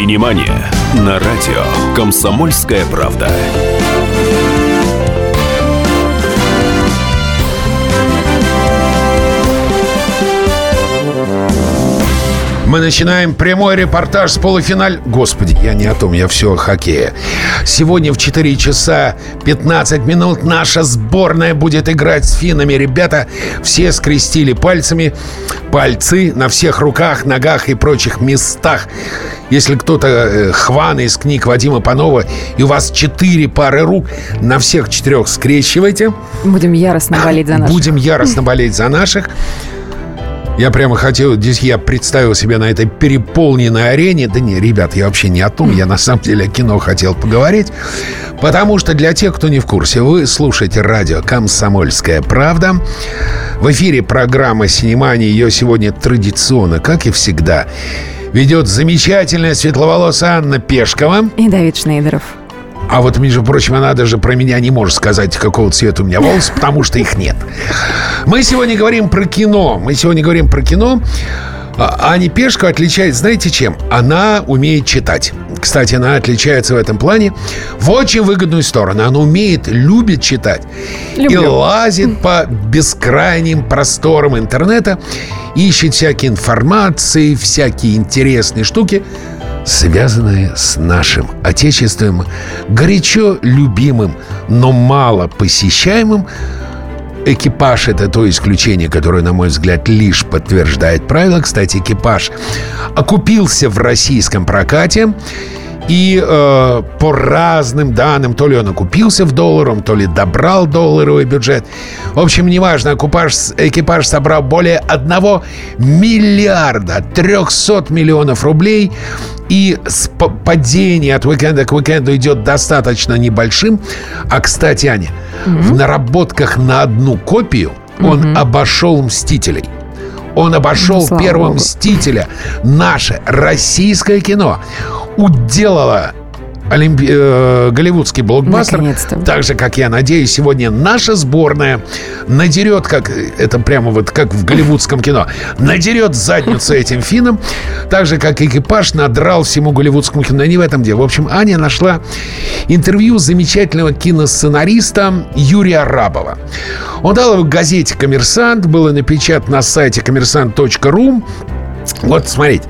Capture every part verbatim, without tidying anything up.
Внимание! На радио «Комсомольская правда». Мы начинаем прямой репортаж с полуфиналя. Господи, я не о том, я все о хоккее. Сегодня в четыре часа пятнадцать минут наша сборная будет играть с финнами. Ребята все скрестили пальцами, пальцы на всех руках, ногах и прочих местах. Если кто-то э, Хван из книг Вадима Панова, и у вас четыре пары рук, на всех четырех скрещивайте. Будем яростно болеть за наших. Будем яростно болеть за наших. Я прямо хотел, здесь я представил себя на этой переполненной арене. Да не, ребят, я вообще не о том. Я на самом деле о кино хотел поговорить. Потому что для тех, кто не в курсе, вы слушаете радио «Комсомольская правда». В эфире программа «Синемания». Ее сегодня традиционно, как и всегда, ведет замечательная светловолосая Анна Пешкова и Давид Шнейдеров. А вот, между прочим, она даже про меня не может сказать, какого цвета у меня волосы, потому что их нет. Мы сегодня говорим про кино. Мы сегодня говорим про кино. Аня Пешкова отличается, знаете, чем? Она умеет читать. Кстати, она отличается в этом плане в очень выгодную сторону. Она умеет, любит читать. Люблю. И лазит по бескрайним просторам интернета, ищет всякие информации, всякие интересные штуки, связанные с нашим отечеством, горячо любимым, но мало посещаемым. «Экипаж» — это то исключение, которое, на мой взгляд, лишь подтверждает правило. Кстати, «Экипаж» окупился в российском прокате. И э, по разным данным, то ли он окупился в долларом, то ли добрал долларовый бюджет. В общем, неважно, экипаж, экипаж собрал более одного миллиарда трехсот миллионов рублей. И падение от уикенда к уикенду идет достаточно небольшим. А, кстати, Аня, mm-hmm. в наработках на одну копию он mm-hmm. обошел «Мстителей». Он обошел ну, первого Богу. «Мстителя». Наше российское кино уделало олимпи... э, голливудский блокбастер. Так же, как я надеюсь, сегодня наша сборная надерет, как это прямо вот как в голливудском кино, надерет задницу этим финнам. Так же, как «Экипаж» надрал всему голливудскому кино. Не в этом дело. В общем, Аня нашла интервью замечательного киносценариста Юрия Арабова. Он дал его в газете «Коммерсант». Было напечатано на сайте коммерсант точка ру. Вот, смотрите.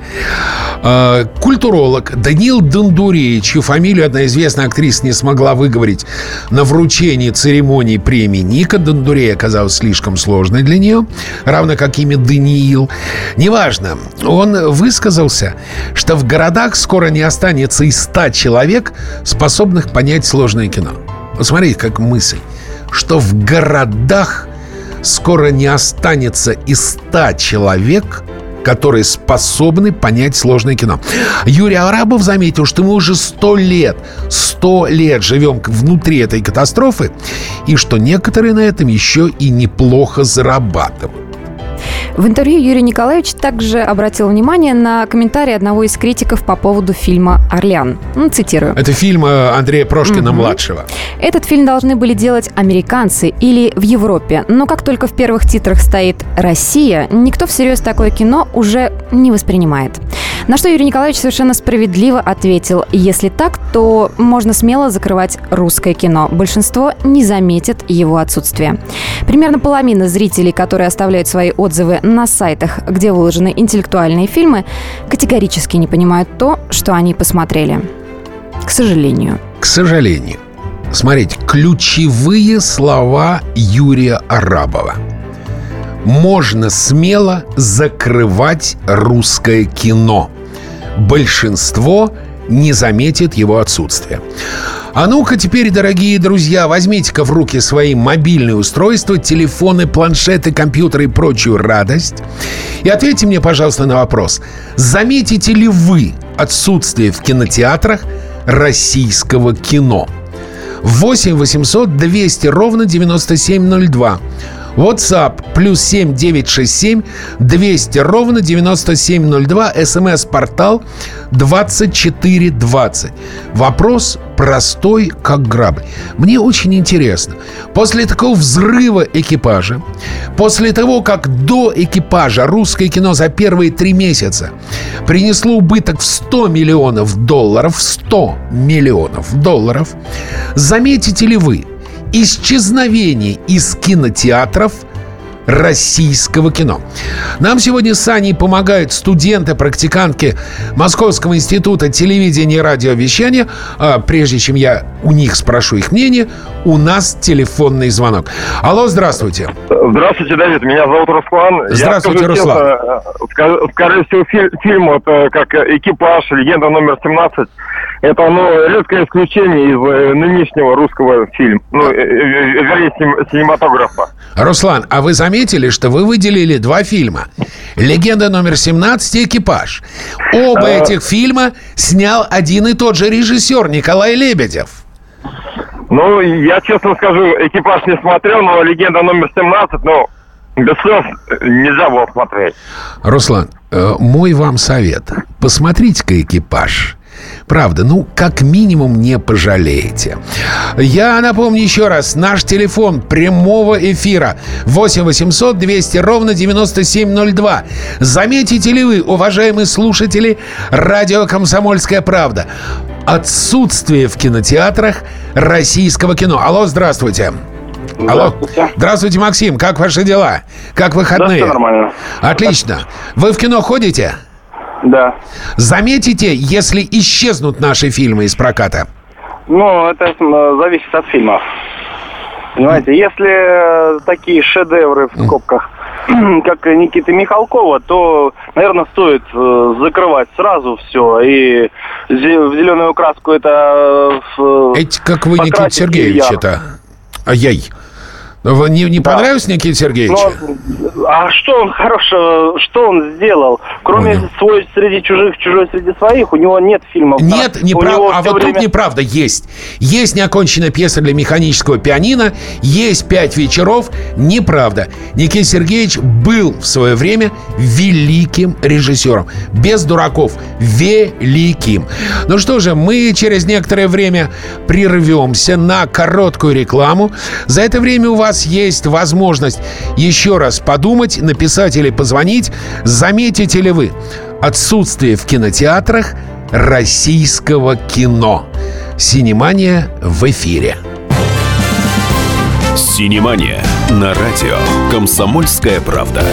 Культуролог Даниил Дондурей, чью фамилию одна известная актриса не смогла выговорить на вручении церемонии премии Ника. Дондурей оказалось слишком сложной для нее, равно как имя Даниил. Неважно. Он высказался, что в городах скоро не останется и ста человек, способных понять сложное кино. Вот смотрите, как мысль. Что в городах скоро не останется и ста человек, которые способны понять сложное кино. Юрий Арабов заметил, что мы уже сто лет, сто лет живем внутри этой катастрофы, и что некоторые на этом еще и неплохо зарабатывают. В интервью Юрий Николаевич также обратил внимание на комментарий одного из критиков по поводу фильма «Орлеан». Ну, цитирую. Это фильм Андрея Прошкина-младшего. Угу. Этот фильм должны были делать американцы или в Европе. Но как только в первых титрах стоит «Россия», никто всерьез такое кино уже не воспринимает. На что Юрий Николаевич совершенно справедливо ответил: если так, то можно смело закрывать русское кино. Большинство не заметит его отсутствие. Примерно половина зрителей, которые оставляют свои отзывы на сайтах, где выложены интеллектуальные фильмы, категорически не понимают то, что они посмотрели. К сожалению. К сожалению. Смотрите, ключевые слова Юрия Арабова. Можно смело закрывать русское кино. Большинство не заметит его отсутствие. А ну-ка теперь, дорогие друзья, возьмите-ка в руки свои мобильные устройства, телефоны, планшеты, компьютеры и прочую радость и ответьте мне, пожалуйста, на вопрос. Заметите ли вы отсутствие в кинотеатрах российского кино? восемь восемьсот двести ровно девяносто семь ноль два. WhatsApp плюс семь девятьсот шестьдесят семь двести ровно девяносто семь ноль два. СМС-портал двадцать четыре двадцать. Вопрос простой, как грабли. Мне очень интересно. После такого взрыва экипажа, после того, как до экипажа русское кино за первые три месяца принесло убыток в сто миллионов долларов, сто миллионов долларов, заметите ли вы исчезновение из кинотеатров российского кино? Нам сегодня с Аней помогают студенты, практикантки Московского института телевидения и радиовещания. А прежде чем я у них спрошу их мнение, у нас телефонный звонок. Алло, здравствуйте. Здравствуйте, Давид. Меня зовут Руслан. Здравствуйте, я, Руслан. Честно, скорее всего, фильм, фильм это как «Экипаж», «Легенда номер семнадцать». Это, ну, редкое исключение из нынешнего русского фильма, ну, вернее, синематографа. Руслан, а вы заметили, что вы выделили два фильма? «Легенда номер семнадцать» и «Экипаж». Оба а... этих фильма снял один и тот же режиссер Николай Лебедев. Ну, я честно скажу, «Экипаж» не смотрел, но «Легенда номер семнадцать», ну, без слов нельзя было смотреть. Руслан, мой вам совет. Посмотрите-ка «Экипаж». Правда, ну, как минимум не пожалеете. Я напомню еще раз. Наш телефон прямого эфира восемь восемьсот двести ровно девяносто семь ноль два. Заметите ли вы, уважаемые слушатели, радио «Комсомольская правда», отсутствие в кинотеатрах российского кино? Алло, здравствуйте. Алло. Здравствуйте. Здравствуйте, Максим. Как ваши дела? Как выходные? Да, все нормально. Отлично. Вы в кино ходите? Да. Заметите, если исчезнут наши фильмы из проката? Ну, это зависит от фильмов. Понимаете, если такие шедевры, в скобках, как Никиты Михалкова, то, наверное, стоит закрывать сразу все. И в зеленую краску это... Эти, как вы, Никита Сергеевич, это... Ай-яй. Вам не, не да. понравилось Никита Сергеевич? Но, а что он хорошего, что он сделал? Кроме Понял. «Свой среди чужих, чужой среди своих», у него нет фильмов. Нет, да? неправда. А вот время... тут неправда есть. Есть неоконченная пьеса для механического пианино, есть «Пять вечеров». Неправда. Никита Сергеевич был в свое время великим режиссером. Без дураков. Великим. Ну что же, мы через некоторое время прервемся на короткую рекламу. За это время у вас есть возможность еще раз подумать, написать или позвонить. Заметите ли вы отсутствие в кинотеатрах российского кино? «Синемания» в эфире. «Синемания» на радио «Комсомольская правда».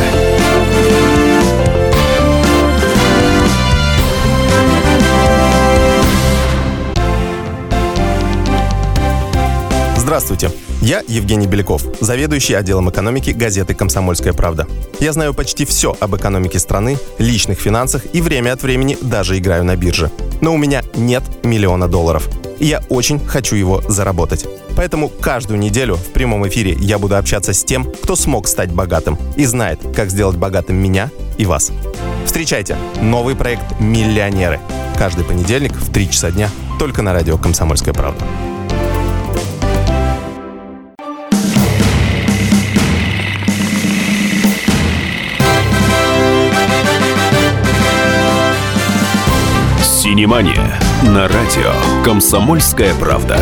Здравствуйте, я Евгений Беляков, заведующий отделом экономики газеты «Комсомольская правда». Я знаю почти все об экономике страны, личных финансах и время от времени даже играю на бирже. Но у меня нет миллиона долларов, и я очень хочу его заработать. Поэтому каждую неделю в прямом эфире я буду общаться с тем, кто смог стать богатым и знает, как сделать богатым меня и вас. Встречайте новый проект «Миллионеры». Каждый понедельник в три часа дня только на радио «Комсомольская правда». «Синемания» на радио «Комсомольская правда».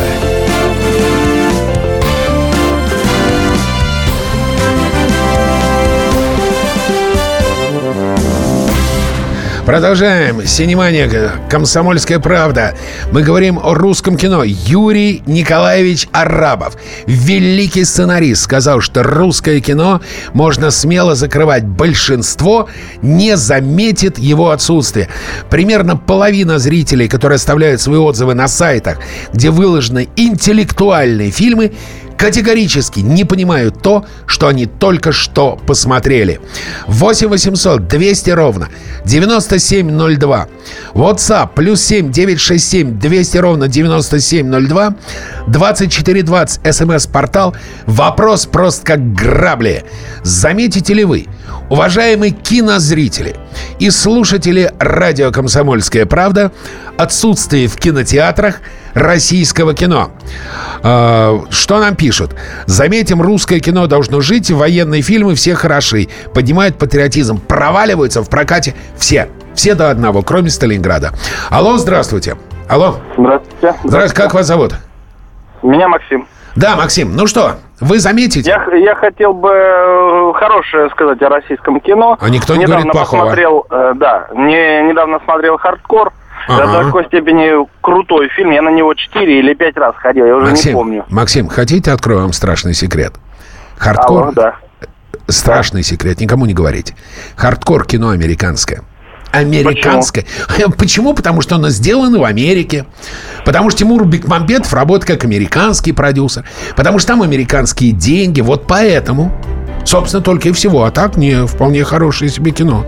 Продолжаем. «Синемания», «Комсомольская правда». Мы говорим о русском кино. Юрий Николаевич Арабов, великий сценарист, сказал, что русское кино можно смело закрывать. Большинство не заметит его отсутствие. Примерно половина зрителей, которые оставляют свои отзывы на сайтах, где выложены интеллектуальные фильмы, категорически не понимают то, что они только что посмотрели. восемь восемьсот двести ровно девяносто семь ноль два. WhatsApp плюс семь девятьсот шестьдесят семь двести ровно девяносто семь ноль два. двадцать четыре двадцать СМС-портал. Вопрос просто как грабли. Заметите ли вы, уважаемые кинозрители и слушатели радио «Комсомольская правда», отсутствие в кинотеатрах российского кино? Э, что нам пишут? Заметим, русское кино должно жить, военные фильмы все хороши, поднимают патриотизм, проваливаются в прокате все. Все до одного, кроме Сталинграда. Алло, здравствуйте. Алло. Здравствуйте. Здравствуйте. Как вас зовут? Меня Максим. Да, Максим. Ну что, вы заметите? Я, я хотел бы хорошее сказать о российском кино. А никто не недавно говорит плохого. Посмотрел, э, да, не, недавно смотрел «Хардкор». Ага. Это до такой степени крутой фильм. Я на него четыре или пять раз ходил, я уже Максим, не помню. Максим, хотите, открою вам страшный секрет? Хардкор. Алло, да. Страшный секрет, никому не говорите. Хардкор кино американское. Американское. Почему? Почему? Потому что оно сделано в Америке. Потому что Тимур Бекмамбетов работает как американский продюсер. Потому что там американские деньги. Вот поэтому, собственно, только и всего. А так, не вполне хорошее себе кино.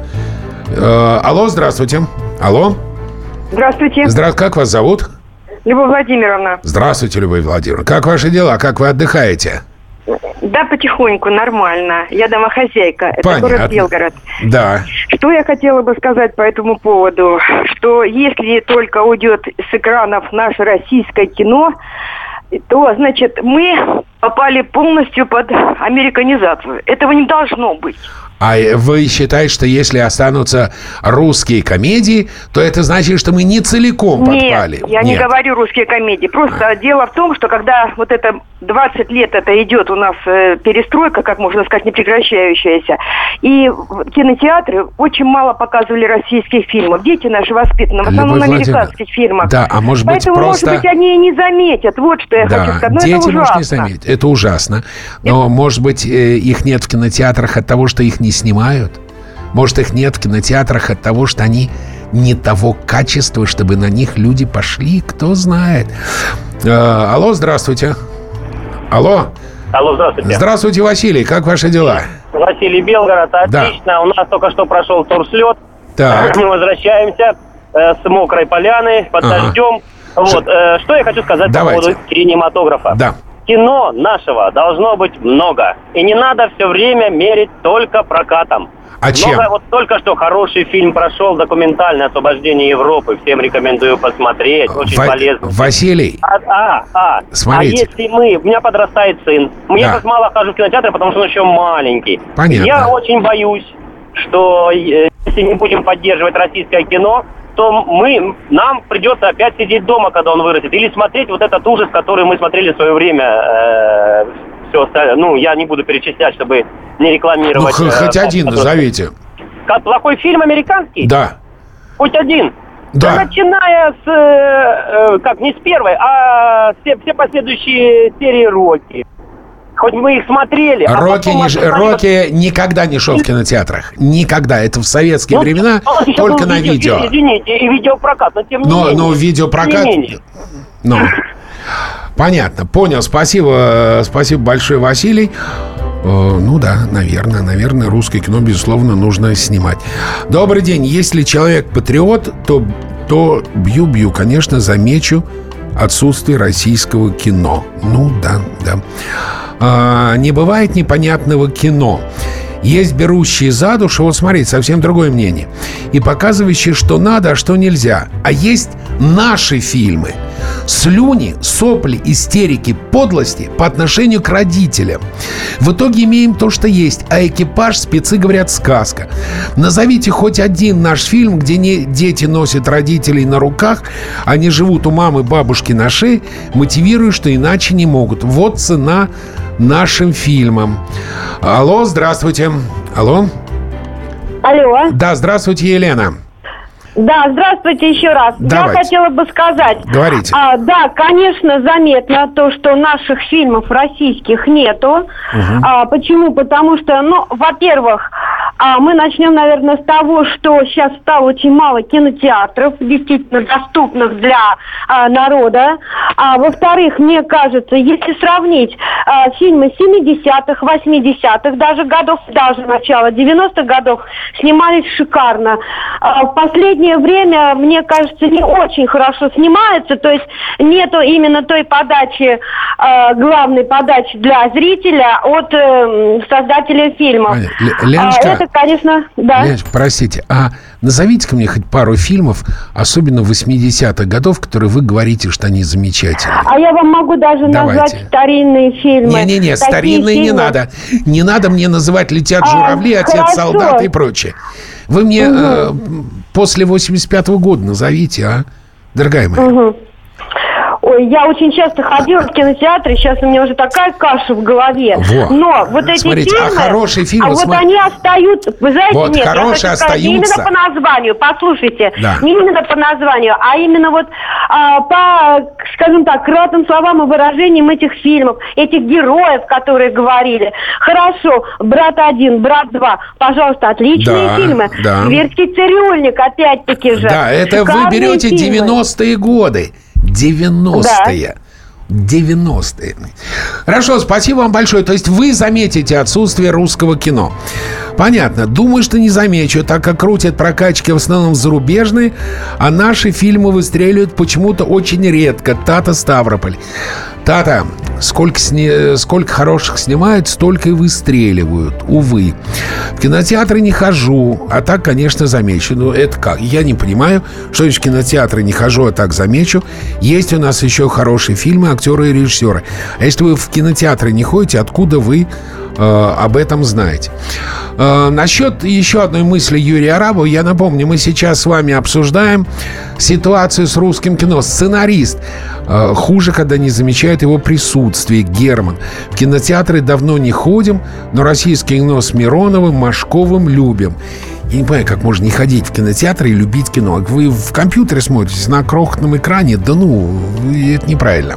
Э, алло, здравствуйте. Алло. Здравствуйте. Здравствуйте. Как вас зовут? Любовь Владимировна. Здравствуйте, Любовь Владимировна. Как ваши дела? Как вы отдыхаете? Да, потихоньку, нормально. Я домохозяйка. Это Понятно. город Белгород. Да. Что я хотела бы сказать по этому поводу? Что если только уйдет с экранов наше российское кино, то, значит, мы попали полностью под американизацию. Этого не должно быть. А вы считаете, что если останутся русские комедии, то это значит, что мы не целиком подпали? Нет, я Нет. не говорю русские комедии. Просто а. дело в том, что когда вот это двадцать лет это идет у нас э, перестройка, как можно сказать, непрекращающаяся, и кинотеатры очень мало показывали российских фильмов. Дети наши воспитаны в основном на американских фильмах. Да, а может быть Поэтому, просто... может быть, они и не заметят. Вот что я да, хочу сказать. Но дети, это ужасно. может, не заметят. Это ужасно. Но, это... может быть, их нет в кинотеатрах от того, что их не снимают? Может, их нет в кинотеатрах от того, что они не того качества, чтобы на них люди пошли? Кто знает. Э, алло, здравствуйте. Алло. Алло, здравствуйте. Здравствуйте, Василий. Как ваши дела? Василий, Белгород. Отлично. Да. У нас только что прошел турслет. Так. Мы возвращаемся э, с мокрой поляны, под ага. дождем. Вот. Э, что я хочу сказать Давайте. по поводу кинематографа. Да. Кино нашего должно быть много. И не надо все время мерить только прокатом. А чем? Много, вот только что хороший фильм прошел, документальное «Освобождение Европы». Всем рекомендую посмотреть, очень Ва- полезно. Василий, а, а, а, смотрите. А если мы... У меня подрастает сын. Я да. как мало хожу в кинотеатр, потому что он еще маленький. Понятно. Я очень боюсь, что э, если не будем поддерживать российское кино, то мы, нам придется опять сидеть дома, когда он вырастет. Или смотреть вот этот ужас, который мы смотрели в свое время. Э, все остальное. Ну, я не буду перечислять, чтобы не рекламировать. Ну, хоть э, один назовите. Как плохой фильм американский? Да. Хоть один? Да. Да, начиная с, э, э, как не с первой, а все, все последующие серии «Рокки». Хоть мы их смотрели. А Рокки, не, ж... Рокки никогда не шел в кинотеатрах. Никогда. Это в советские ну, времена только на видео. видео. Извините, и видеопрокат, но тем не но, менее. Но видеопрокат... Ну, понятно, понял. Спасибо, спасибо большое, Василий. Ну да, наверное, наверное, русское кино, безусловно, нужно снимать. Добрый день. Если человек патриот, то, то бью-бью, конечно, замечу отсутствие российского кино. Ну да, да. А, не бывает непонятного кино. Есть берущие за душу, вот смотрите, совсем другое мнение, и показывающие, что надо, а что нельзя. А есть наши фильмы. Слюни, сопли, истерики, подлости по отношению к родителям. В итоге имеем то, что есть. А экипаж, спецы говорят, сказка. Назовите хоть один наш фильм, где не дети носят родителей на руках, они живут у мамы, бабушки на шее, мотивируя, что иначе не могут. Вот цена нашим фильмам. Алло, здравствуйте. Алло. Алло. Да, здравствуйте, Елена. Да, здравствуйте еще раз. Давайте. Я хотела бы сказать. Говорите. А, да, конечно, заметно то, что наших фильмов российских нету. Угу. А, почему? Потому что, ну, во-первых, а, мы начнем, наверное, с того, что сейчас стало очень мало кинотеатров, действительно доступных для а, народа. А, во-вторых, мне кажется, если сравнить а, фильмы семидесятых, восьмидесятых, даже годов, даже начала девяностых годов, снимались шикарно. А, в последнее время, мне кажется, не очень хорошо снимается, то есть нету именно той подачи, э, главной подачи для зрителя от э, создателя фильмов. Леночка, а, это, конечно, да. Леночка, простите, а назовите-ка мне хоть пару фильмов, особенно восьмидесятых годов, которые вы говорите, что они замечательные. А я вам могу даже Давайте. назвать старинные фильмы. Не-не-не, старинные фильмы. Не надо. Не надо мне называть «Летят журавли», а, «Отец солдат» и прочее. Вы мне угу. э, после восемьдесят пятого года назовите, а? дорогая моя? Угу. Ой, я очень часто ходила в кинотеатры, сейчас у меня уже такая каша в голове. Во. Но вот эти Смотрите, фильмы... а хорошие фильмы... А вот см... они остаются... Вы знаете, вот, нет, хорошие я хочу сказать, не остаются. именно по названию, послушайте. Да. Не именно по названию, а именно вот а, по, скажем так, кратным словам и выражениям этих фильмов, этих героев, которые говорили. Хорошо, «Брат один», «Брат два», пожалуйста, отличные Да, фильмы. да. «Тверский цирюльник», опять-таки же. Да, это вы Шикарные берете фильмы. девяностые годы. девяностые. девяностые. Хорошо, спасибо вам большое. То есть вы заметите отсутствие русского кино. Понятно. Думаю, что не замечу, так как крутят прокачки в основном зарубежные, а наши фильмы выстреливают почему-то очень редко. Тата, Ставрополь. Тата, сколько, сни... сколько хороших снимают, столько и выстреливают. Увы. В кинотеатры не хожу, а так, конечно, замечу. Ну, это как? Я не понимаю, что значит в кинотеатры не хожу, а так замечу. Есть у нас еще хорошие фильмы, актеры и режиссеры. А если вы в кинотеатры не ходите, откуда вы э, об этом знаете? Э, насчет еще одной мысли Юрия Арабова, я напомню, мы сейчас с вами обсуждаем ситуацию с русским кино. Сценарист э, хуже, когда не замечает его присутствие. Герман. В кинотеатры давно не ходим, но российское кино с Мироновым, Машковым любим. Я не понимаю, как можно не ходить в кинотеатр и любить кино. Вы в компьютере смотрите на крохотном экране. Да ну, это неправильно.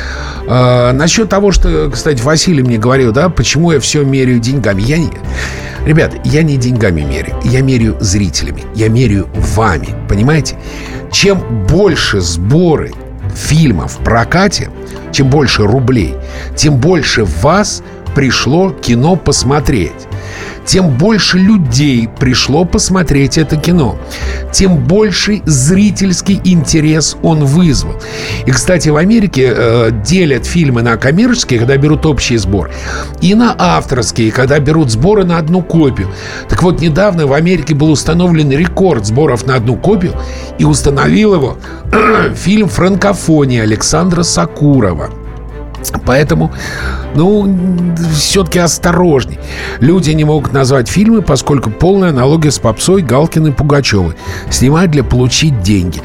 А, насчет того, что, кстати, Василий мне говорил, да, почему я все меряю деньгами. Я не... Ребят, я не деньгами меряю. Я меряю зрителями. Я меряю вами. Понимаете? Чем больше сборы фильмов в прокате, чем больше рублей, тем больше вас пришло кино посмотреть. Тем больше людей пришло посмотреть это кино, тем больше зрительский интерес он вызвал. И, кстати, в Америке э, делят фильмы на коммерческие, когда берут общий сбор, и на авторские, когда берут сборы на одну копию. Так вот, недавно в Америке был установлен рекорд сборов на одну копию, и установил его фильм «Франкофония» Александра Сакурова. Поэтому, ну, все-таки осторожней. Люди не могут назвать фильмы, поскольку полная аналогия с попсой, Галкиной, Пугачевой. Снимают для получить деньги.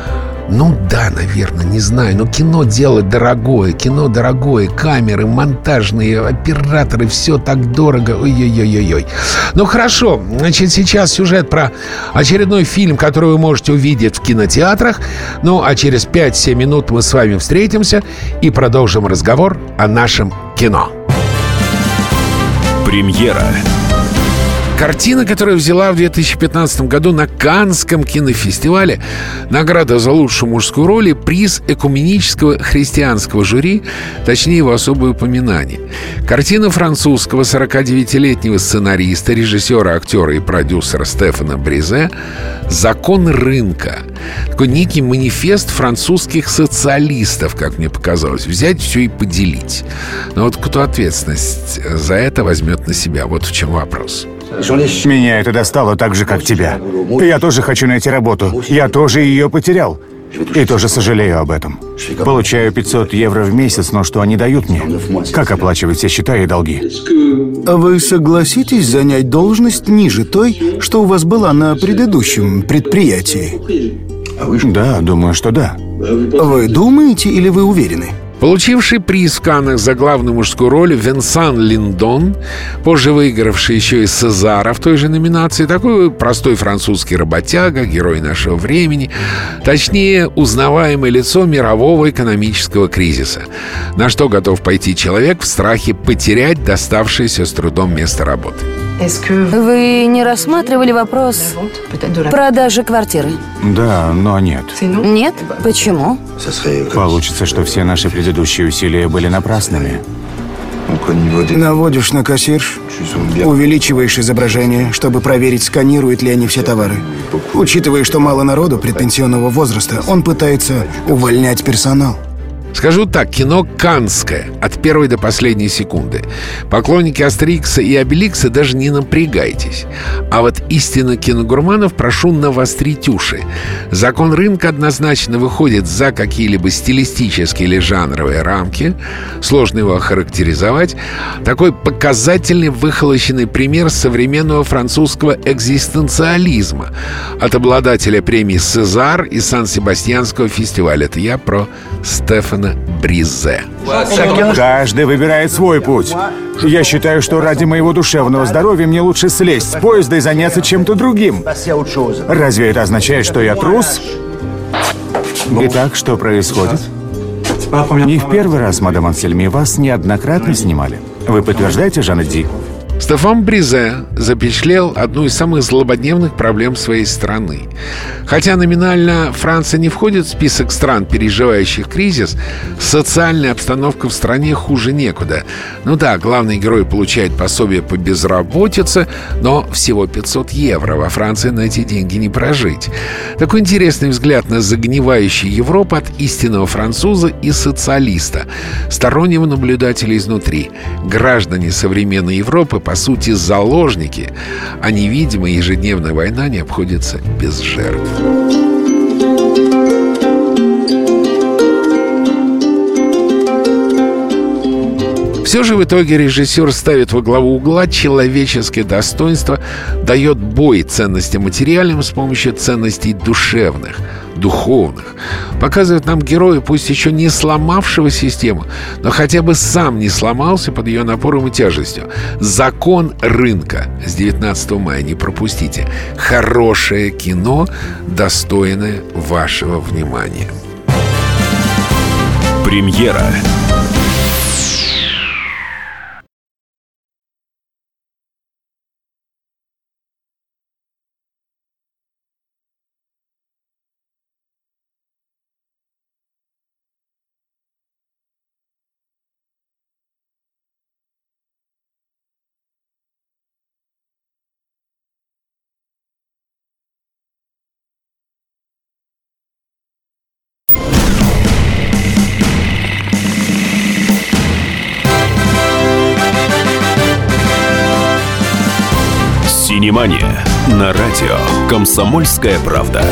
Ну да, наверное, не знаю. Но кино дело дорогое. Кино дорогое. Камеры, монтажные, операторы. Все так дорого. Ой-ой-ой-ой. Ну хорошо. Значит, сейчас сюжет про очередной фильм, который вы можете увидеть в кинотеатрах. Ну, а через пять-семь минут мы с вами встретимся и продолжим разговор о нашем кино. Премьера. Картина, которая взяла в две тысячи пятнадцатом году на Каннском кинофестивале награду за лучшую мужскую роль и приз экуменического христианского жюри, точнее его особое упоминание. Картина французского сорокадевятилетнего сценариста, режиссера, актера и продюсера Стефана Бризе «Закон рынка». Такой некий манифест французских социалистов, как мне показалось. Взять все и поделить. Но вот кто ответственность за это возьмет на себя? Вот в чем вопрос. Меня это достало так же, как тебя. Я тоже хочу найти работу. Я тоже ее потерял. И тоже сожалею об этом. Получаю пятьсот евро в месяц, но что они дают мне? Как оплачивать все счета и долги? А вы согласитесь занять должность ниже той, что у вас была на предыдущем предприятии? Да, думаю, что да. Вы думаете или вы уверены? Получивший приз в Каннах за главную мужскую роль Венсан Линдон, позже выигравший еще и Сезара в той же номинации, такой простой французский работяга, герой нашего времени, точнее, узнаваемое лицо мирового экономического кризиса. На что готов пойти человек в страхе потерять доставшееся с трудом место работы. Вы не рассматривали вопрос продажи квартиры? Да, но нет. Нет? Почему? Получится, что все наши предыдущие усилия были напрасными. Наводишь на кассирш, увеличиваешь изображение, чтобы проверить, сканируют ли они все товары. Учитывая, что мало народу предпенсионного возраста, он пытается увольнять персонал. Скажу так, кино каннское от первой до последней секунды. Поклонники Астерикса и Обеликса даже не напрягайтесь. А вот истинно киногурманов прошу навострить уши. Закон рынка однозначно выходит за какие-либо стилистические или жанровые рамки. Сложно его охарактеризовать. Такой показательный выхолощенный пример современного французского экзистенциализма от обладателя премии «Сезар» и Сан-Себастьянского фестиваля. Это я про Стефана Бризе. Каждый выбирает свой путь. Я считаю, что ради моего душевного здоровья мне лучше слезть с поезда и заняться чем-то другим. Разве это означает, что я трус? Итак, что происходит? Не в первый раз, мадам Ансельми, вас неоднократно снимали. Вы подтверждаете, Жанна Ди? Стефан Бризе запечатлел одну из самых злободневных проблем своей страны. Хотя номинально Франция не входит в список стран, переживающих кризис, социальная обстановка в стране хуже некуда. Ну да, главный герой получает пособие по безработице, но всего пятьсот евро. Во Франции на эти деньги не прожить. Такой интересный взгляд на загнивающую Европу от истинного француза и социалиста, стороннего наблюдателя изнутри. Граждане современной Европы, по сути, заложники, а невидимая ежедневная война не обходится без жертв. Все же в итоге режиссер ставит во главу угла человеческое достоинство, дает бой ценностям материальным с помощью ценностей душевных, духовных. Показывает нам героя, пусть еще не сломавшего систему, но хотя бы сам не сломался под ее напором и тяжестью. Закон рынка. С девятнадцатого мая не пропустите. Хорошее кино, достойное вашего внимания. Премьера. Синемания на радио «Комсомольская правда».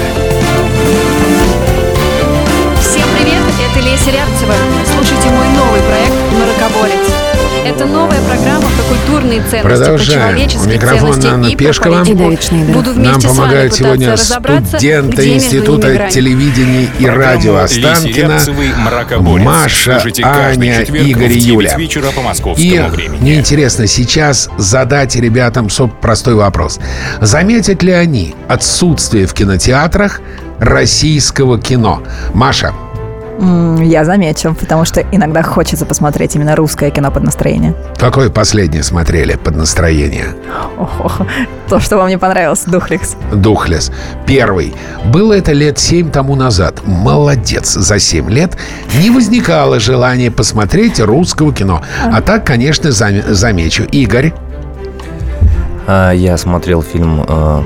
Всем привет, это Леся Рябцева. Слушайте мой новый проект «Мракоборец». Это новая программа про культурные ценности, Продолжаем. про человеческие Микрофон ценности Анна и Пешкова. про политику. Буду вместе Нам с вами помогают пытаться сегодня разобраться, студенты где между Института ними грань. телевидения и радио Останкино, Маша, Аня, Игорь и Юля. И мне интересно сейчас задать ребятам простой вопрос. Заметят ли они отсутствие в кинотеатрах российского кино? Маша? Я замечу, потому что иногда хочется посмотреть именно русское кино под настроение. Какое последнее смотрели под настроение? Ох, то, что вам не понравилось, Духлес. Духлес. Первый. Было это лет семь тому назад. Молодец. За семь лет не возникало желания посмотреть русского кино. А так, конечно, зам- замечу. Игорь? А, я смотрел фильм э,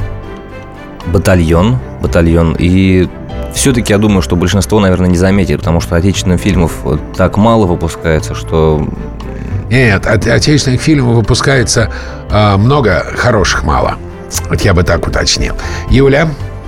«Батальон». «Батальон» и... Все-таки я думаю, что большинство, наверное, не заметит, потому что отечественных фильмов так мало выпускается, что... Нет, от отечественных фильмов выпускается э, много, хороших мало. Вот я бы так уточнил. Юля?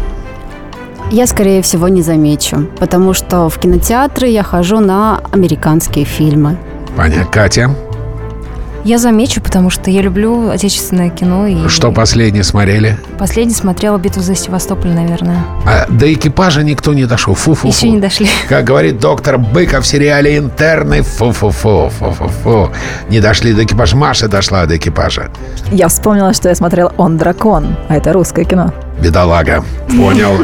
Я, скорее всего, не замечу, потому что в кинотеатры я хожу на американские фильмы. Понятно. Катя? Я замечу, потому что я люблю отечественное кино. И что последнее смотрели? Последний смотрела «Битву за Севастополь», наверное. А до экипажа никто не дошел. Фу-фу-фу. Еще не дошли. Как говорит доктор Быков в сериале «Интерны». Фу-фу-фу. Фу-фу-фу. Не дошли до экипажа. Маша дошла до экипажа. Я вспомнила, что я смотрела «Он дракон», а это русское кино. Бедолага. Понял.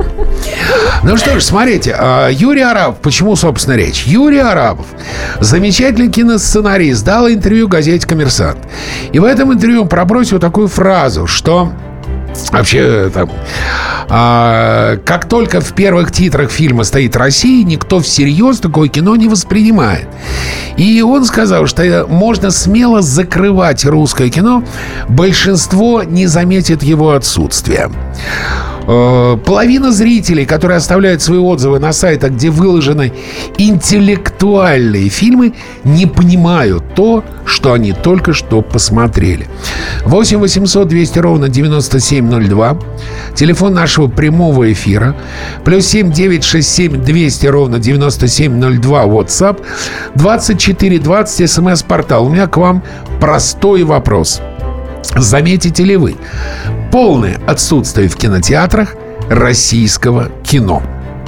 Ну что ж, смотрите. Юрий Арабов. Почему, собственно, речь? Юрий Арабов, замечательный киносценарист, дал интервью газете «Коммерсант». И в этом интервью он пробросил такую фразу, что... Вообще, там, а, как только в первых титрах фильма стоит Россия, никто всерьез такое кино не воспринимает. И он сказал, что можно смело закрывать русское кино, большинство не заметит его отсутствия. Половина зрителей, которые оставляют свои отзывы на сайтах, где выложены интеллектуальные фильмы, не понимают то, что они только что посмотрели. восемь восемьсот двести ровно девяносто семь ноль два. Телефон нашего прямого эфира. Плюс семь девять шесть семь двести ровно девяносто семь ноль два. WhatsApp. двадцать четыре двадцать. СМС-портал. У меня к вам простой вопрос. Заметите ли вы полное отсутствие в кинотеатрах российского кино?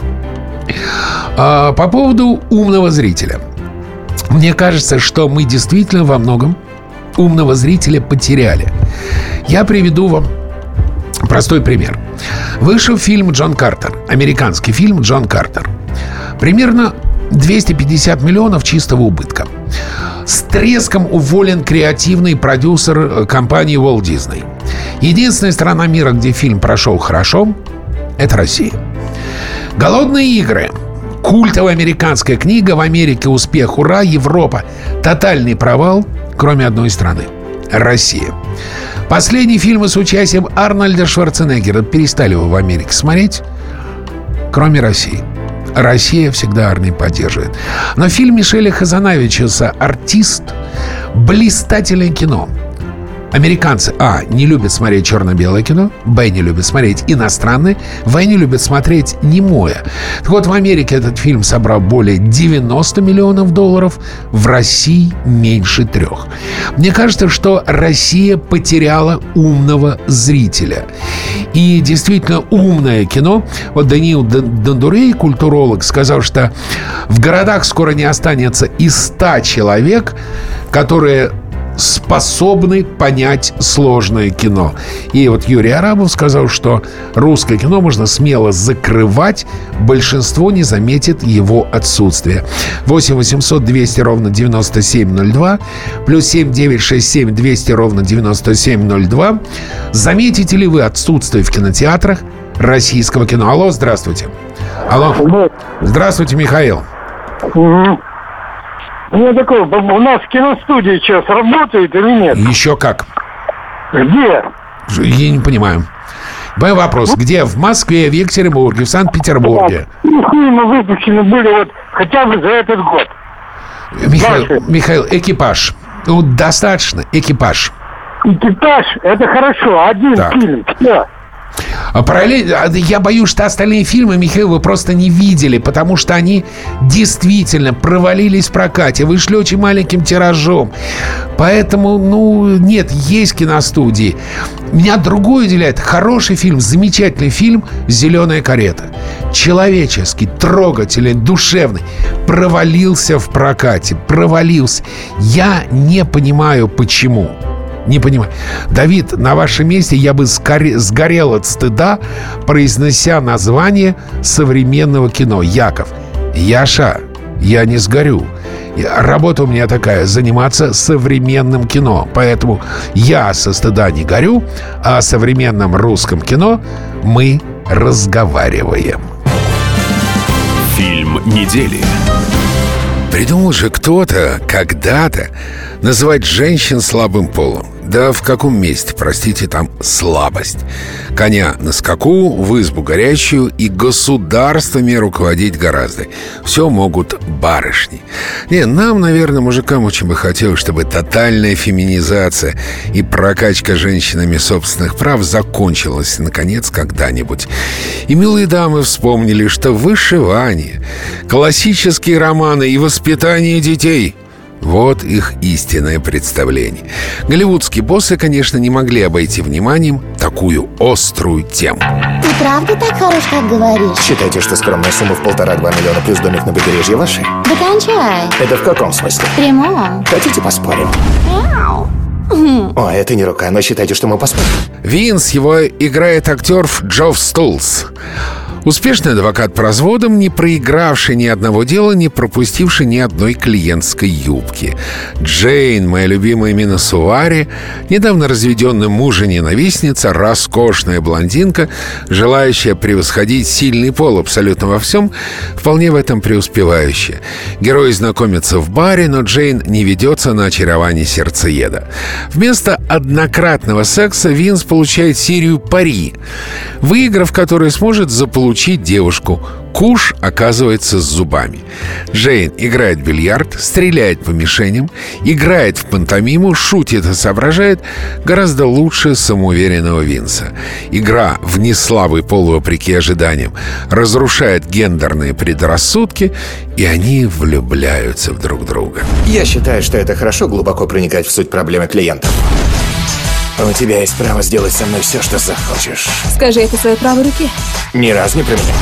А, по поводу умного зрителя. Мне кажется, что мы действительно во многом умного зрителя потеряли. Я приведу вам простой пример. Вышел фильм «Джон Картер». Американский фильм «Джон Картер». Примерно двести пятьдесят миллионов чистого убытка. С треском уволен креативный продюсер компании Walt Disney. Единственная страна мира, где фильм прошел хорошо, это Россия. «Голодные игры». Культовая американская книга. В Америке успех, ура. Европа тотальный провал, кроме одной страны – Россия. Последние фильмы с участием Арнольда Шварценеггера перестали его в Америке смотреть, кроме России. Россия всегда армию поддерживает. Но фильм Мишеля Хазанавичуса «Артист» – блистательное кино. Американцы, а, не любят смотреть черно-белое кино, б, не любят смотреть иностранное, в, не любят смотреть немое. Так вот, в Америке этот фильм собрал более девяносто миллионов долларов, в России меньше трех. Мне кажется, что Россия потеряла умного зрителя. И действительно умное кино. Вот Даниил Дондурей, культуролог, сказал, что в городах скоро не останется и ста человек, которые способны понять сложное кино. И вот Юрий Арабов сказал, что русское кино можно смело закрывать, большинство не заметит его отсутствие. восемь восемьсот двести ровно девяносто семь ноль два, плюс семь девять шесть семь двести ровно девяносто семь ноль два. Заметите ли вы отсутствие в кинотеатрах российского кино? Алло, здравствуйте. Алло. Здравствуйте, Михаил. У меня такой, у нас киностудия сейчас работает или нет? Еще как. Где? Я не понимаю. Мой вопрос. Где? В Москве, в Екатеринбурге, в Санкт-Петербурге? Фильмы выпущены были вот хотя бы за этот год. Михаил, Михаил, экипаж. Ну, достаточно. Экипаж. Экипаж, это хорошо. Один так. фильм. Все. А параллельно, я боюсь, что остальные фильмы, Михаил, вы просто не видели, потому что они действительно провалились в прокате, вышли очень маленьким тиражом. Поэтому, ну, нет, есть киностудии. Меня другое уделяет. Хороший фильм, замечательный фильм «Зеленая карета». Человеческий, трогательный, душевный. Провалился в прокате, провалился. Я не понимаю, почему. Не понимаю. Давид, на вашем месте я бы сгоре, сгорел от стыда, произнося название современного кино. Яков. Яша, я не сгорю. Работа у меня такая — заниматься современным кино. Поэтому я со стыда не горю, а о современном русском кино мы разговариваем. Фильм недели. Придумал же кто-то когда-то называть женщин слабым полом. Да в каком месте, простите, там слабость? Коня на скаку, в избу горячую, и государствами руководить гораздо. Все могут барышни. Не, нам, наверное, мужикам очень бы хотелось, чтобы тотальная феминизация и прокачка женщинами собственных прав закончилась, наконец, когда-нибудь. И милые дамы вспомнили, что вышивание, классические романы и воспитание детей — вот их истинное представление. Голливудские боссы, конечно, не могли обойти вниманием такую острую тему. Ты правда так хорош, как говоришь? Считайте, что скромная сумма в полтора-два миллиона плюс домик на побережье вашей? Да кончай. Это в каком смысле? В прямом. Хотите поспорим? Мяу. О, это не рука, но считайте, что мы поспорим. Винс, его играет актер Джофф Стулс. Успешный адвокат по разводам, не проигравший ни одного дела, не пропустивший ни одной клиентской юбки. Джейн, моя любимая Мина Сувари, недавно разведенная муж и ненавистница, роскошная блондинка, желающая превосходить сильный пол абсолютно во всем, вполне в этом преуспевающая. Герои знакомятся в баре, но Джейн не ведется на очарование сердцееда. Вместо однократного секса Винс получает серию пари, выиграв который сможет заполучить девушку. Куш оказывается с зубами. Джейн играет в бильярд, стреляет по мишеням, играет в пантомиму, шутит и соображает гораздо лучше самоуверенного Винса. Игра в неслабый пол вопреки ожиданиям разрушает гендерные предрассудки, и они влюбляются в друг друга. Я считаю, что это хорошо глубоко проникать в суть проблемы клиентов. У тебя есть право сделать со мной все, что захочешь. Скажи это своей правой руке. Ни разу не про меня.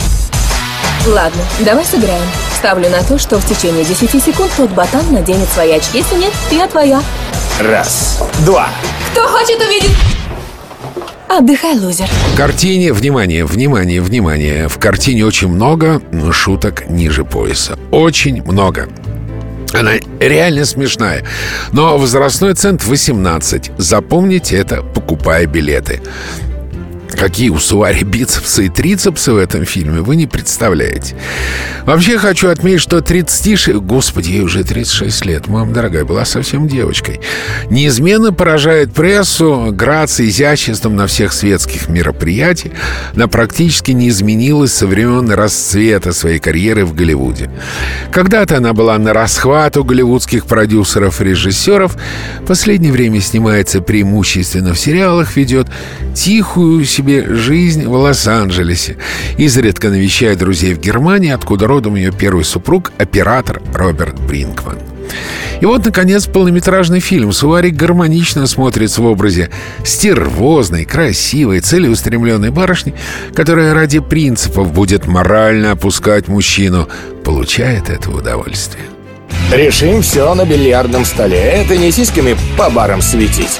Ладно, давай сыграем. Ставлю на то, что в течение десяти секунд тот ботан наденет свои очки. Если нет, я твоя. Раз, два. Кто хочет увидеть? Отдыхай, лузер. В картине, внимание, внимание, внимание, в картине очень много шуток ниже пояса. Очень много. Она реально смешная. Но возрастной ценз восемнадцать. Запомните это, покупая билеты. Какие у Сувари бицепсы и трицепсы в этом фильме, вы не представляете. Вообще хочу отметить, что тридцать шесть... Господи, ей уже тридцать шесть лет. Мама дорогая, была совсем девочкой. Неизменно поражает прессу грацией, изяществом на всех светских мероприятиях. Она практически не изменилась со времен расцвета своей карьеры в Голливуде. Когда-то она была на расхват у голливудских продюсеров и режиссеров. В последнее время снимается преимущественно в сериалах, ведет тихую себе жизнь в Лос-Анджелесе. Изредка навещает друзей в Германии, откуда родом ее первый супруг, оператор Роберт Бринкман. И вот, наконец, полнометражный фильм. Сувари гармонично смотрится в образе стервозной, красивой, целеустремленной барышни, которая ради принципов будет морально опускать мужчину, получает это удовольствие. Решим все на бильярдном столе. Это не сиськами по барам светить.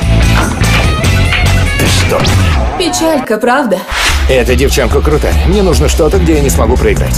Ты что? Печалька, правда? Эта девчонка крутая. Мне нужно что-то, где я не смогу проиграть.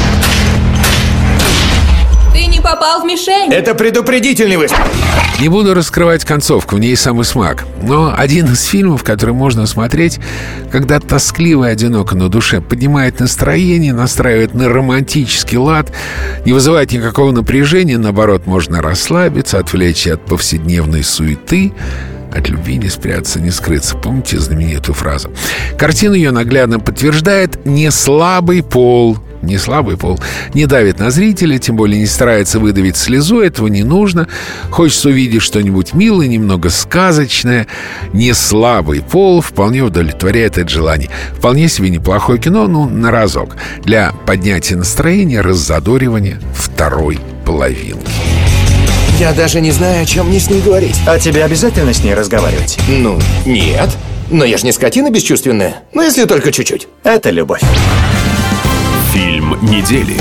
Ты не попал в мишень. Это предупредительный выстрел. Не буду раскрывать концовку, в ней самый смак. Но один из фильмов, который можно смотреть, когда тоскливо и одиноко на душе, поднимает настроение, настраивает на романтический лад, не вызывает никакого напряжения, наоборот, можно расслабиться, отвлечься от повседневной суеты. От любви не спрятаться, не скрыться. Помните знаменитую фразу? Картина ее наглядно подтверждает: не слабый пол, не слабый пол не давит на зрителя, тем более не старается выдавить слезу, этого не нужно. Хочется увидеть что-нибудь милое, немного сказочное. Не слабый пол вполне удовлетворяет это желание. Вполне себе неплохое кино, ну, на разок. Для поднятия настроения, раззадоривания второй половинки. Я даже не знаю, о чем мне с ней говорить. А тебе обязательно с ней разговаривать? Ну, нет. Но я же не скотина бесчувственная. Ну, если только чуть-чуть. Это любовь. Фильм недели.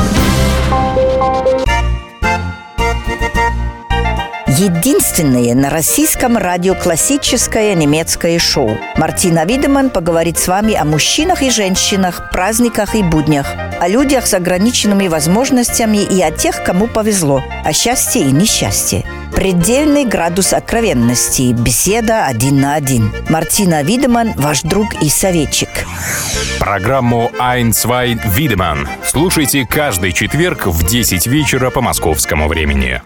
Единственное на российском радио классическое немецкое шоу. Мартина Видеман поговорит с вами о мужчинах и женщинах, праздниках и буднях, о людях с ограниченными возможностями и о тех, кому повезло, о счастье и несчастье. Предельный градус откровенности. Беседа один на один. Мартина Видеман, ваш друг и советчик. Программу «Ein, zwei, Видеман» слушайте каждый четверг в десять вечера по московскому времени.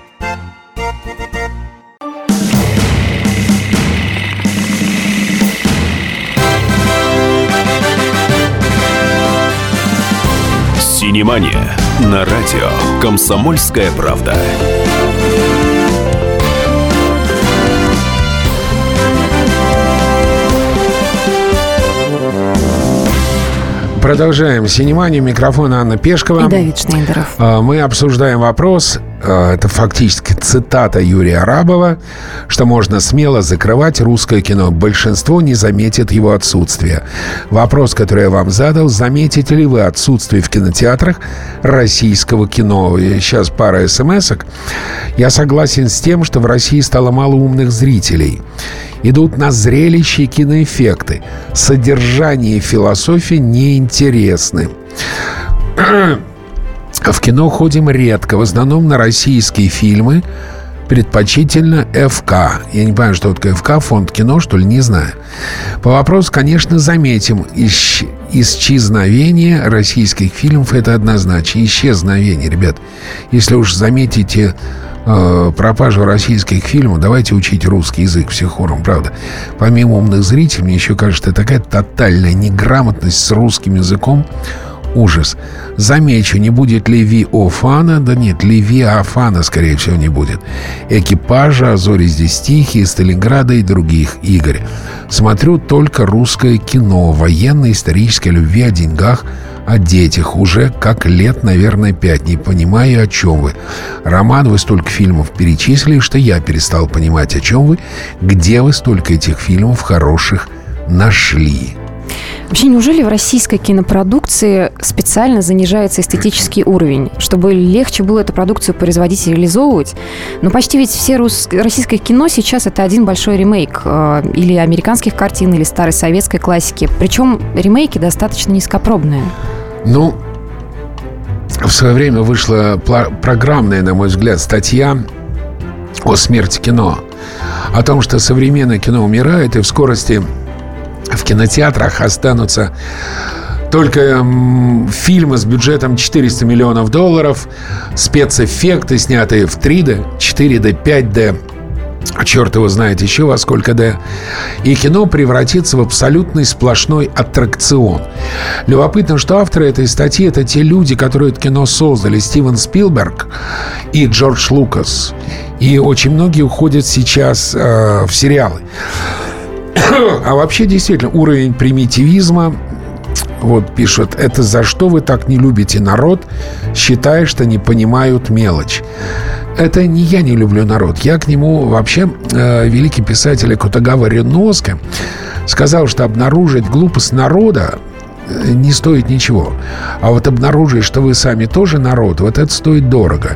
Синемания на радио «Комсомольская правда». Продолжаем «Синеманию». Микрофон Анна Пешкова. И Давид Шнейдеров. Мы обсуждаем вопрос, это фактически цитата Юрия Арабова, что можно смело закрывать русское кино. Большинство не заметит его отсутствие. Вопрос, который я вам задал: заметите ли вы отсутствие в кинотеатрах российского кино? И сейчас пара смс-ок. Я согласен с тем, что в России стало мало умных зрителей. идут на зрелище и киноэффекты. Содержание и философия неинтересны. В кино ходим редко, в основном на российские фильмы, предпочтительно эф ка. Я не понимаю, что такое эф ка, фонд кино, что ли, не знаю. По вопросу, конечно, заметим, исч... исчезновение российских фильмов, это однозначно. Исчезновение, ребят. Если уж заметите э, пропажу российских фильмов, давайте учить русский язык все хором, правда. Помимо умных зрителей, мне еще кажется, такая тотальная неграмотность с русским языком. Ужас. Замечу, не будет Левиафана, да нет, Левиафана, скорее всего, не будет. Экипажа, Зори здесь тихие, Сталинграда и других. Игорь. Смотрю только русское кино, военной, исторической любви, о деньгах, о детях. Уже как лет, наверное, пять. Не понимаю, о чем вы. Роман, вы столько фильмов перечислили, что я перестал понимать, о чем вы. Где вы столько этих фильмов хороших нашли? Вообще, неужели в российской кинопродукции специально занижается эстетический уровень, чтобы легче было эту продукцию производить и реализовывать? Но почти ведь все рус... российское кино сейчас это один большой ремейк э, или американских картин, или старой советской классики. Причем ремейки достаточно низкопробные. Ну, в свое время вышла программная, на мой взгляд, статья о смерти кино. О том, что современное кино умирает, и в скорости в кинотеатрах останутся только м, фильмы с бюджетом четыреста миллионов долларов, спецэффекты, снятые в три дэ, четыре дэ, пять дэ, черт его знает еще во сколько дэ. И кино превратится в абсолютный сплошной аттракцион. Любопытно, что авторы этой статьи — это те люди, которые это кино создали. Стивен Спилберг и Джордж Лукас. И очень многие уходят сейчас э, в сериалы. А вообще, действительно, уровень примитивизма, вот пишут, это за что вы так не любите народ, считая, что не понимают мелочь. Это не я не люблю народ. Я к нему вообще, э, великий писатель Кутагава Рёноске сказал, что обнаружить глупость народа не стоит ничего. А вот обнаружить, что вы сами тоже народ, вот это стоит дорого.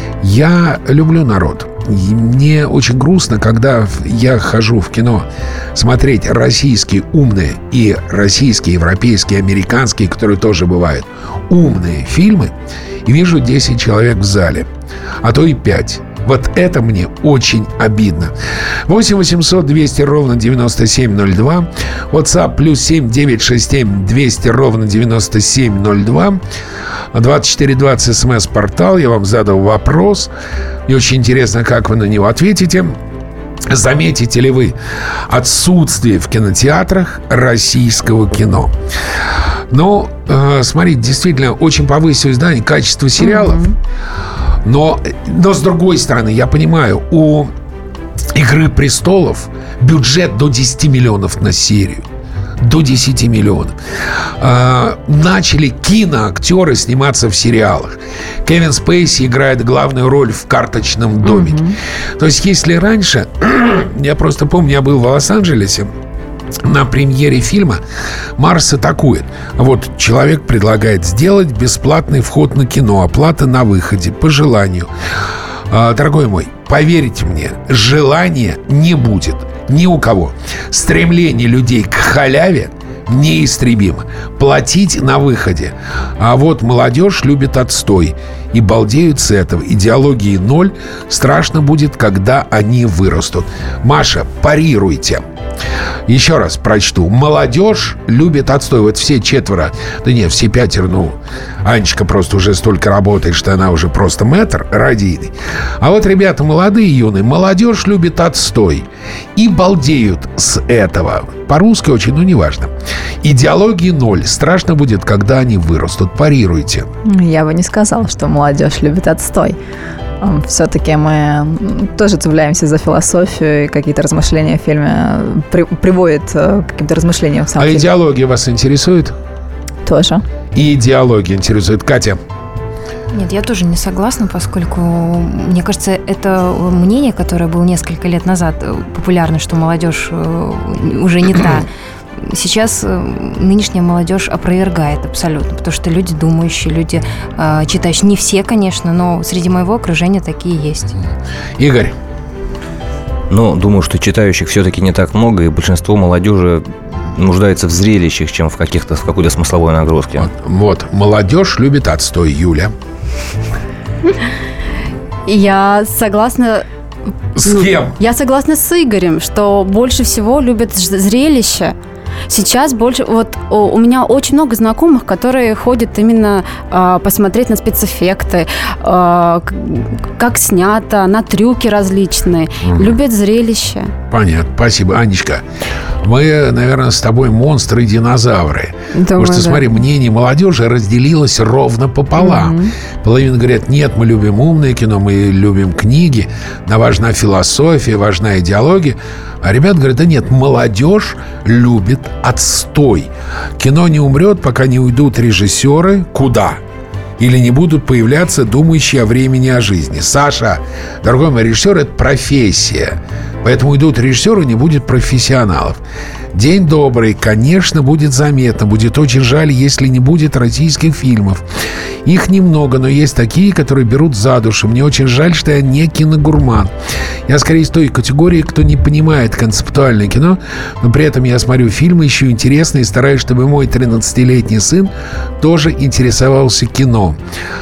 Я люблю народ. И мне очень грустно, когда я хожу в кино смотреть российские умные и российские, европейские, американские, которые тоже бывают, умные фильмы, и вижу десять человек в зале, а то и пять. Вот это мне очень обидно. восемь восемьсот двести ровно девяносто семь ноль два. WhatsApp плюс семь девятьсот шестьдесят семь двести ровно девяносто семь ноль два. двадцать четыре двадцать смс-портал. Я вам задал вопрос. Мне очень интересно, как вы на него ответите. Заметите ли вы отсутствие в кинотеатрах российского кино? Ну, э, смотрите, действительно, очень повысилось, да, качество сериалов. Mm-hmm. Но, но, с другой стороны, я понимаю, у «Игры престолов» бюджет до десять миллионов на серию. До десять миллионов. А, начали киноактеры сниматься в сериалах. Кевин Спейси играет главную роль в «Карточном домике». Mm-hmm. То есть, если раньше... я просто помню, я был в Лос-Анджелесе на премьере фильма «Марс атакует». Вот человек предлагает сделать бесплатный вход на кино, оплата на выходе, по желанию. А, дорогой мой, поверьте мне, желания не будет ни у кого. Стремление людей к халяве неистребимо. Платить на выходе. А вот молодежь любит отстой и балдеют с этого. Идеологии ноль. Страшно будет, когда они вырастут. Маша, парируйте. Еще раз прочту. Молодежь любит отстой. Вот все четверо, да нет, все пятеро, ну, Анечка просто уже столько работает, что она уже просто мэтр радийный. А вот ребята молодые, юные, молодежь любит отстой и балдеют с этого. По-русски очень, ну, неважно. Идеологии ноль. Страшно будет, когда они вырастут. Парируйте. Я бы не сказала, что молодежь любит отстой. Все-таки мы тоже цепляемся за философию, и какие-то размышления в фильме при, приводят к каким-то размышлениям в самом А фильме. идеология вас интересует? Тоже. И идеология интересует. Катя? Нет, я тоже не согласна, поскольку, мне кажется, это мнение, которое было несколько лет назад популярно, что молодежь уже не та. Сейчас нынешняя молодежь опровергает абсолютно, потому что люди думающие, люди э, читающие. Не все, конечно, но среди моего окружения такие есть. Игорь? Но думаю, что читающих все-таки не так много, и большинство молодежи нуждается в зрелищах, чем в, каких-то, в какой-то смысловой нагрузке. Вот, вот. Молодежь любит отстой, Юля. Я согласна... С кем? Ну, я согласна с Игорем, что больше всего любят зрелище. Сейчас больше... Вот у меня очень много знакомых, которые ходят именно э, посмотреть на спецэффекты, э, как снято, на трюки различные. Угу. Любят зрелище. Понятно. Спасибо. Анечка, мы, наверное, с тобой монстры и динозавры. Думаю, Потому что, да. смотри, мнение молодежи разделилось ровно пополам. Угу. Половина говорят, нет, мы любим умное кино, мы любим книги, нам важна философия, важна идеология. А ребята говорят, да нет, молодежь любит отстой. Кино не умрет, пока не уйдут режиссеры. Куда? Или не будут появляться думающие о времени, о жизни. Саша, дорогой мой, режиссер – это профессия. Поэтому уйдут режиссеры, не будет профессионалов. День добрый, конечно, будет заметно. Будет очень жаль, если не будет российских фильмов. Их немного, но есть такие, которые берут за душу. Мне очень жаль, что я не киногурман. Я скорее из той категории, кто не понимает концептуальное кино, но при этом я смотрю фильмы, ищу интересные и стараюсь, чтобы мой тринадцатилетний сын тоже интересовался кино.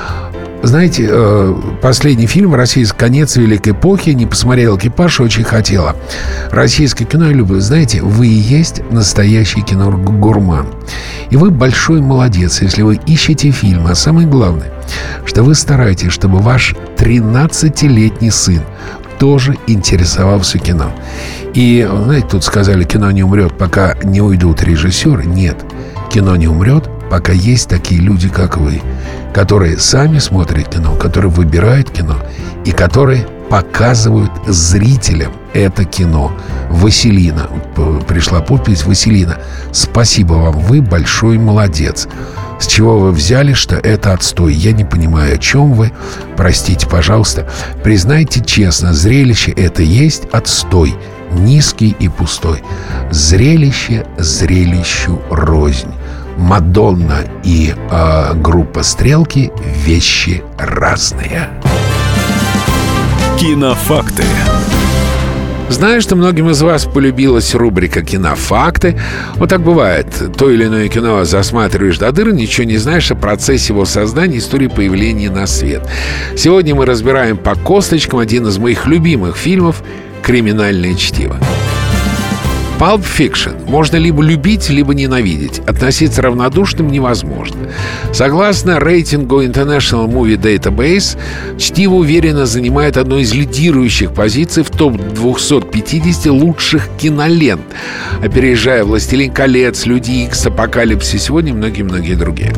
Знаете, последний фильм «Российский конец великой эпохи» не посмотрел «Экипаж», очень хотела. Российское кино я люблю. Знаете, вы и есть настоящий киногурман. И вы большой молодец, если вы ищете фильмы. А самое главное, что вы стараетесь, чтобы ваш тринадцатилетний сын тоже интересовался кино. И, знаете, тут сказали, кино не умрет, пока не уйдут режиссеры. Нет, кино не умрет, пока есть такие люди, как вы, которые сами смотрят кино, которые выбирают кино и которые показывают зрителям это кино. Василина. Пришла подпись Василина. Спасибо вам, вы большой молодец. С чего вы взяли, что это отстой? Я не понимаю, о чем вы. Простите, пожалуйста. Признайте честно, зрелище это есть отстой. Низкий и пустой. Зрелище зрелищу рознь. Мадонна и э, группа «Стрелки» — вещи разные. Кинофакты. Знаю, что многим из вас полюбилась рубрика «Кинофакты». Вот так бывает. То или иное кино засматриваешь до дыр, ничего не знаешь о процессе его создания, истории появления на свет. Сегодня мы разбираем по косточкам один из моих любимых фильмов «Криминальное чтиво». Pulp Fiction можно либо любить, либо ненавидеть. Относиться равнодушным невозможно. Согласно рейтингу International Movie Database, «Чтиво» уверенно занимает одну из лидирующих позиций в топ двести пятьдесят лучших кинолент, опережая «Властелин колец», «Люди Икс», «Апокалипсис сегодня» и многие-многие другие.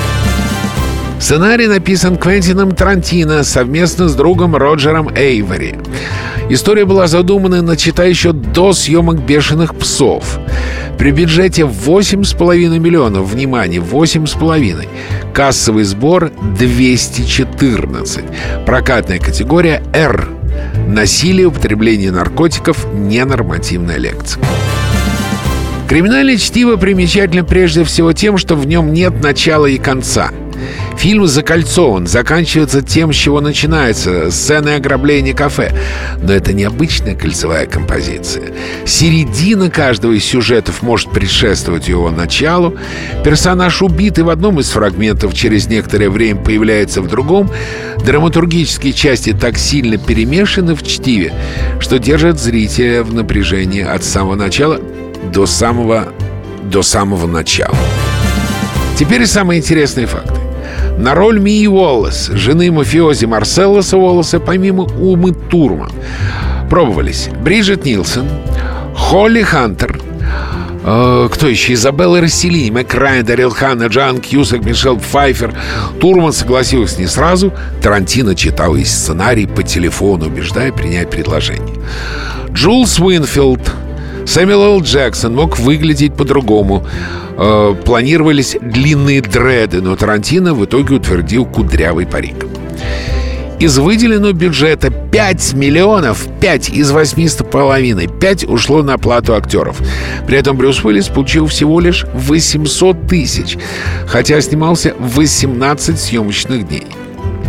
Сценарий написан Квентином Тарантино совместно с другом Роджером Эйвори. История была задумана, начата еще до съемок «Бешеных псов». При бюджете восемь с половиной миллионов, внимание, восемь с половиной. Кассовый сбор двести четырнадцать. Прокатная категория «Р». Насилие, употребление наркотиков, ненормативная лекция. «Криминальное чтиво» примечательно прежде всего тем, что в нем нет начала и конца. Фильм закольцован, заканчивается тем, с чего начинается, сценой ограбления кафе. Но это необычная кольцевая композиция. Середина каждого из сюжетов может предшествовать его началу. Персонаж, убитый в одном из фрагментов, через некоторое время появляется в другом. Драматургические части так сильно перемешаны в чтиве, что держат зрителя в напряжении от самого начала до самого, до самого начала. Теперь самые интересные факты. На роль Мии Уоллес, жены мафиози Марселлоса Уоллеса, помимо Умы Турман, пробовались Бриджит Нильсон, Холли Хантер, э, кто еще? Изабелла Росселини, Мэк Райан, Дарил Ханна, Джан Кьюсак, Мишель Пфайфер. Турман согласилась не сразу. Тарантино читал ей сценарий по телефону, убеждая принять предложение. Джулс Уинфилд, Сэмюэл Л. Джексон мог выглядеть по-другому. Э, планировались длинные дреды, но Тарантино в итоге утвердил кудрявый парик. Из выделенного бюджета пять миллионов, пять из восьми с половиной, пять ушло на оплату актеров. При этом Брюс Уиллис получил всего лишь восемьсот тысяч, хотя снимался восемнадцать съемочных дней.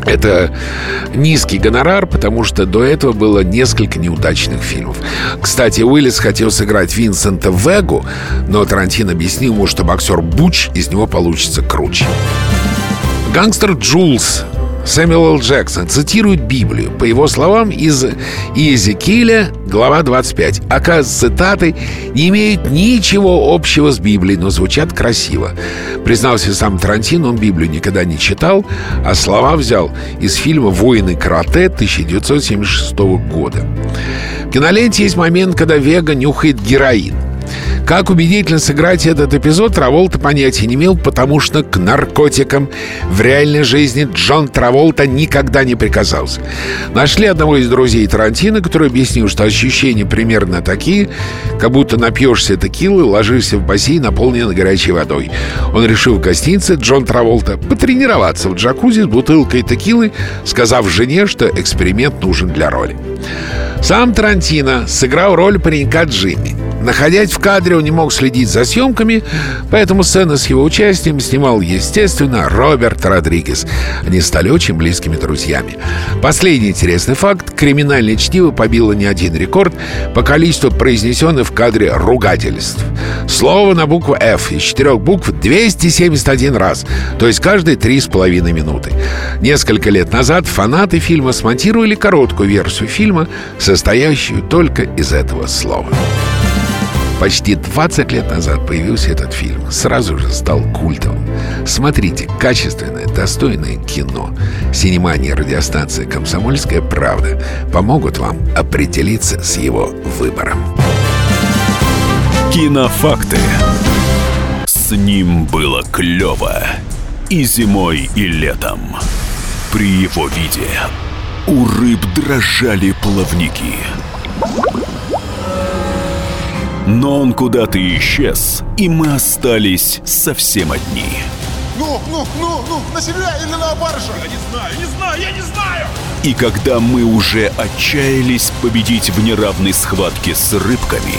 Это низкий гонорар, потому что до этого было несколько неудачных фильмов. Кстати, Уиллис хотел сыграть Винсента Вегу, но Тарантино объяснил ему, что боксер Буч из него получится круче. Гангстер Джулс Сэмюэл Л. Джексон цитирует Библию. По его словам, из Иезекииля, глава двадцать пять. Оказывается, цитаты не имеют ничего общего с Библией, но звучат красиво. Признался сам Тарантино, он Библию никогда не читал, а слова взял из фильма «Воины карате» тысяча девятьсот семьдесят шестого года. В киноленте есть момент, когда Вега нюхает героин. Как убедительно сыграть этот эпизод, Траволта понятия не имел, потому что к наркотикам в реальной жизни Джон Траволта никогда не прикасался. Нашли одного из друзей Тарантино, который объяснил, что ощущения примерно такие, как будто напьешься текилы, ложишься в бассейн, наполненный горячей водой. Он решил в гостинице Джон Траволта потренироваться в джакузи с бутылкой текилы, сказав жене, что эксперимент нужен для роли. Сам Тарантино сыграл роль паренька Джимми. Находясь в кадре, он не мог следить за съемками, поэтому сцены с его участием снимал, естественно, Роберт Родригес. Они стали очень близкими друзьями. Последний интересный факт. «Криминальное чтиво» побило не один рекорд по количеству произнесенных в кадре ругательств. Слово на букву «Ф» из четырех букв двести семьдесят один раз, то есть каждые три с половиной минуты. Несколько лет назад фанаты фильма смонтировали короткую версию фильма, состоящую только из этого слова. Почти двадцать лет назад появился этот фильм. Сразу же стал культовым. Смотрите качественное, достойное кино. Синемания и радиостанция «Комсомольская правда» помогут вам определиться с его выбором. Кинофакты. С ним было клево. И зимой, и летом. При его виде у рыб дрожали плавники. Но он куда-то исчез, и мы остались совсем одни. Ну, ну, ну, ну, на себя или на барыша? Я не знаю, не знаю, я не знаю! И когда мы уже отчаялись победить в неравной схватке с рыбками,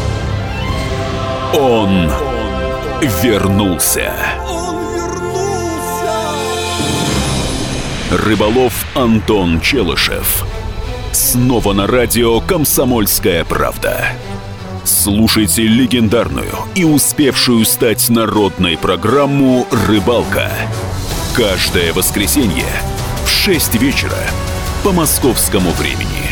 он вернулся. Он вернулся! Рыболов Антон Челышев. Снова на радио «Комсомольская правда». Слушайте легендарную и успевшую стать народной программу «Рыбалка». Каждое воскресенье в шесть вечера по московскому времени.